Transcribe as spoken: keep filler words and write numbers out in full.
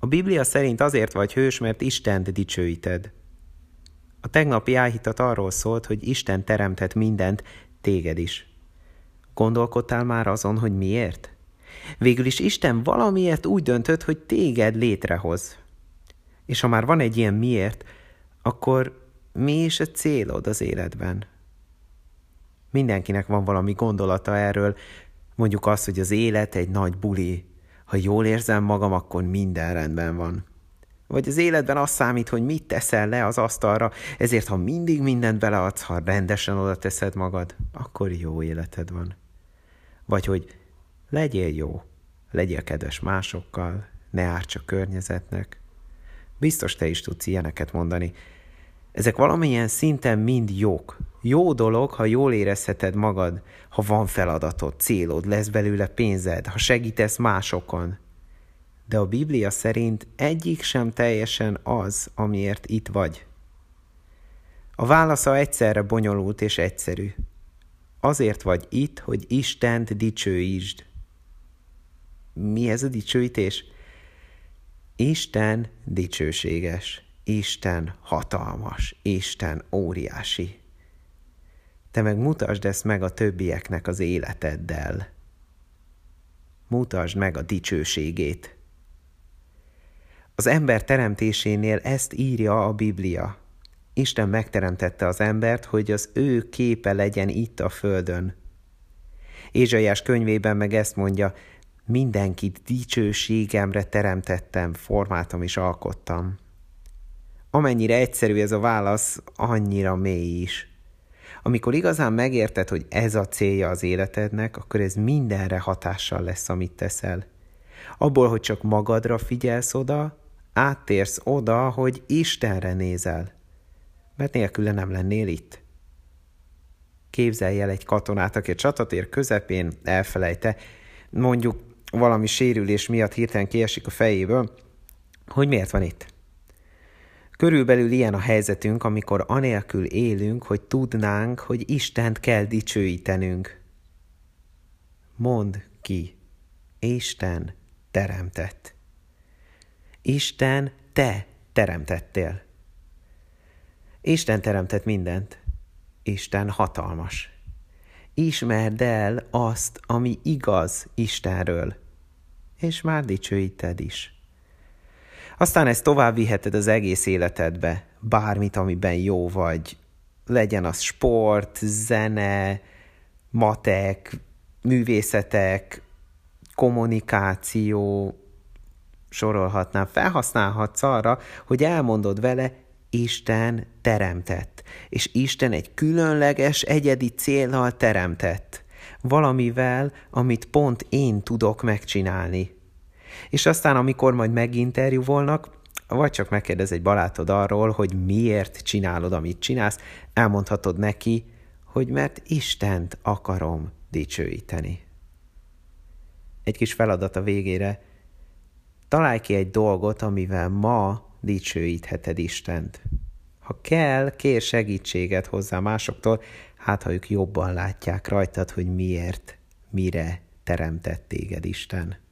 A Biblia szerint azért vagy hős, mert Istent dicsőíted. A tegnapi áhítat arról szólt, hogy Isten teremtett mindent, téged is. Gondolkodtál már azon, hogy miért? Végül is Isten valamiért úgy döntött, hogy téged létrehoz. És ha már van egy ilyen miért, akkor mi is a célod az életben? Mindenkinek van valami gondolata erről, mondjuk azt, hogy az élet egy nagy buli. Ha jól érzem magam, akkor minden rendben van. Vagy az életben az számít, hogy mit teszel le az asztalra, ezért ha mindig mindent beleadsz, ha rendesen oda teszed magad, akkor jó életed van. Vagy hogy legyél jó, legyél kedves másokkal, ne árts a környezetnek. Biztos te is tudsz ilyeneket mondani. Ezek valamilyen szinten mind jók. Jó dolog, ha jól érezheted magad, ha van feladatod, célod, lesz belőle pénzed, ha segítesz másokon. De a Biblia szerint egyik sem teljesen az, amiért itt vagy. A válasza egyszerre bonyolult és egyszerű. Azért vagy itt, hogy Istent dicsőítsd. Mi ez a dicsőítés? Isten dicsőséges, Isten hatalmas, Isten óriási. Te meg mutasd ezt meg a többieknek az életeddel. Mutasd meg a dicsőségét. Az ember teremtésénél ezt írja a Biblia. Isten megteremtette az embert, hogy az ő képe legyen itt a földön. Ézsaiás könyvében meg ezt mondja, mindenkit dicsőségemre teremtettem, formáltam és alkottam. Amennyire egyszerű ez a válasz, annyira mély is. Amikor igazán megérted, hogy ez a célja az életednek, akkor ez mindenre hatással lesz, amit teszel. Abból, hogy csak magadra figyelsz oda, áttérsz oda, hogy Istenre nézel. Mert nélküle nem lennél itt. Képzelj el egy katonát, aki a csatatér közepén elfelejte, mondjuk valami sérülés miatt hirtelen kiesik a fejéből, hogy miért van itt. Körülbelül ilyen a helyzetünk, amikor anélkül élünk, hogy tudnánk, hogy Istent kell dicsőítenünk. Mondd ki, Isten teremtett. Isten te teremtettél. Isten teremtett mindent. Isten hatalmas. Ismerd el azt, ami igaz Istenről, és már dicsőíted is. Aztán ezt tovább viheted az egész életedbe, bármit, amiben jó vagy. Legyen az sport, zene, matek, művészetek, kommunikáció, sorolhatnám. Felhasználhatsz arra, hogy elmondod vele, Isten teremtett, és Isten egy különleges, egyedi céllal teremtett. Valamivel, amit pont én tudok megcsinálni. És aztán, amikor majd meginterjúvolnak, vagy csak megkérdez egy barátod arról, hogy miért csinálod, amit csinálsz, elmondhatod neki, hogy mert Istent akarom dicsőíteni. Egy kis feladat a végére. Találj ki egy dolgot, amivel ma dicsőítheted Istent. Ha kell, kér segítséget hozzá másoktól, hát ha ők jobban látják rajtad, hogy miért, mire teremtett téged Isten.